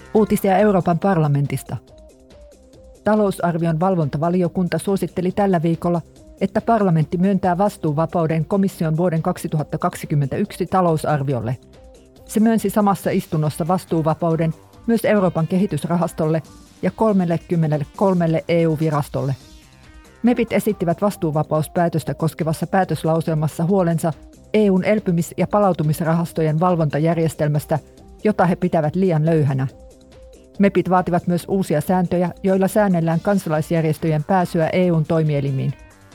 Uutisia Euroopan parlamentista. Talousarvion valvontavaliokunta suositteli tällä viikolla, että parlamentti myöntää vastuuvapauden komission vuoden 2021 talousarviolle. Se myönsi samassa istunnossa vastuuvapauden myös Euroopan kehitysrahastolle ja 33 EU-virastolle. MEPit esittivät vastuuvapauspäätöstä koskevassa päätöslauselmassa huolensa EUn elpymis- ja palautumisrahastojen valvontajärjestelmästä, jota he pitävät liian löyhänä. MEPit vaativat myös uusia sääntöjä, joilla säännellään kansalaisjärjestöjen pääsyä EUn toimielimiin.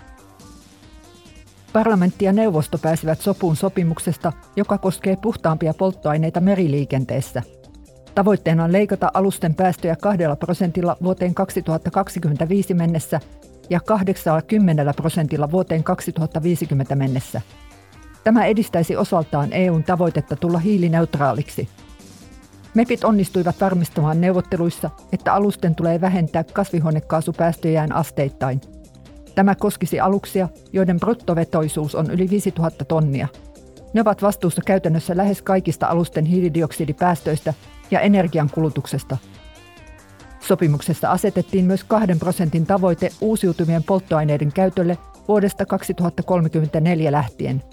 Parlamentti ja neuvosto pääsivät sopuun sopimuksesta, joka koskee puhtaampia polttoaineita meriliikenteessä. Tavoitteena on leikata alusten päästöjä 2% vuoteen 2025 mennessä ja 80% vuoteen 2050 mennessä. Tämä edistäisi osaltaan EUn tavoitetta tulla hiilineutraaliksi. MEPit onnistuivat varmistamaan neuvotteluissa, että alusten tulee vähentää kasvihuonekaasupäästöjään asteittain. Tämä koskisi aluksia, joiden bruttovetoisuus on yli 5000 tonnia. Ne ovat vastuussa käytännössä lähes kaikista alusten hiilidioksidipäästöistä ja energiankulutuksesta. Sopimuksessa asetettiin myös 2% tavoite uusiutuvien polttoaineiden käytölle vuodesta 2034 lähtien.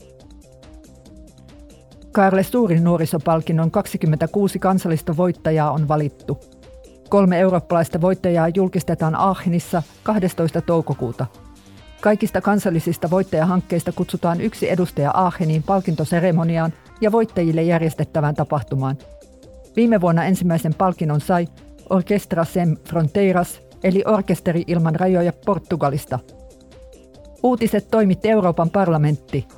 Carles Suurin nuorisopalkinnon 26 kansallista voittajaa on valittu. 3 eurooppalaista voittajaa julkistetaan Aachenissa 12. toukokuuta. Kaikista kansallisista voittajahankkeista kutsutaan yksi edustaja Aacheniin palkintoseremoniaan ja voittajille järjestettävään tapahtumaan. Viime vuonna ensimmäisen palkinnon sai Orquestra Sem Fronteiras, eli orkesteri ilman rajoja Portugalista. Uutiset toimitti Euroopan parlamentti.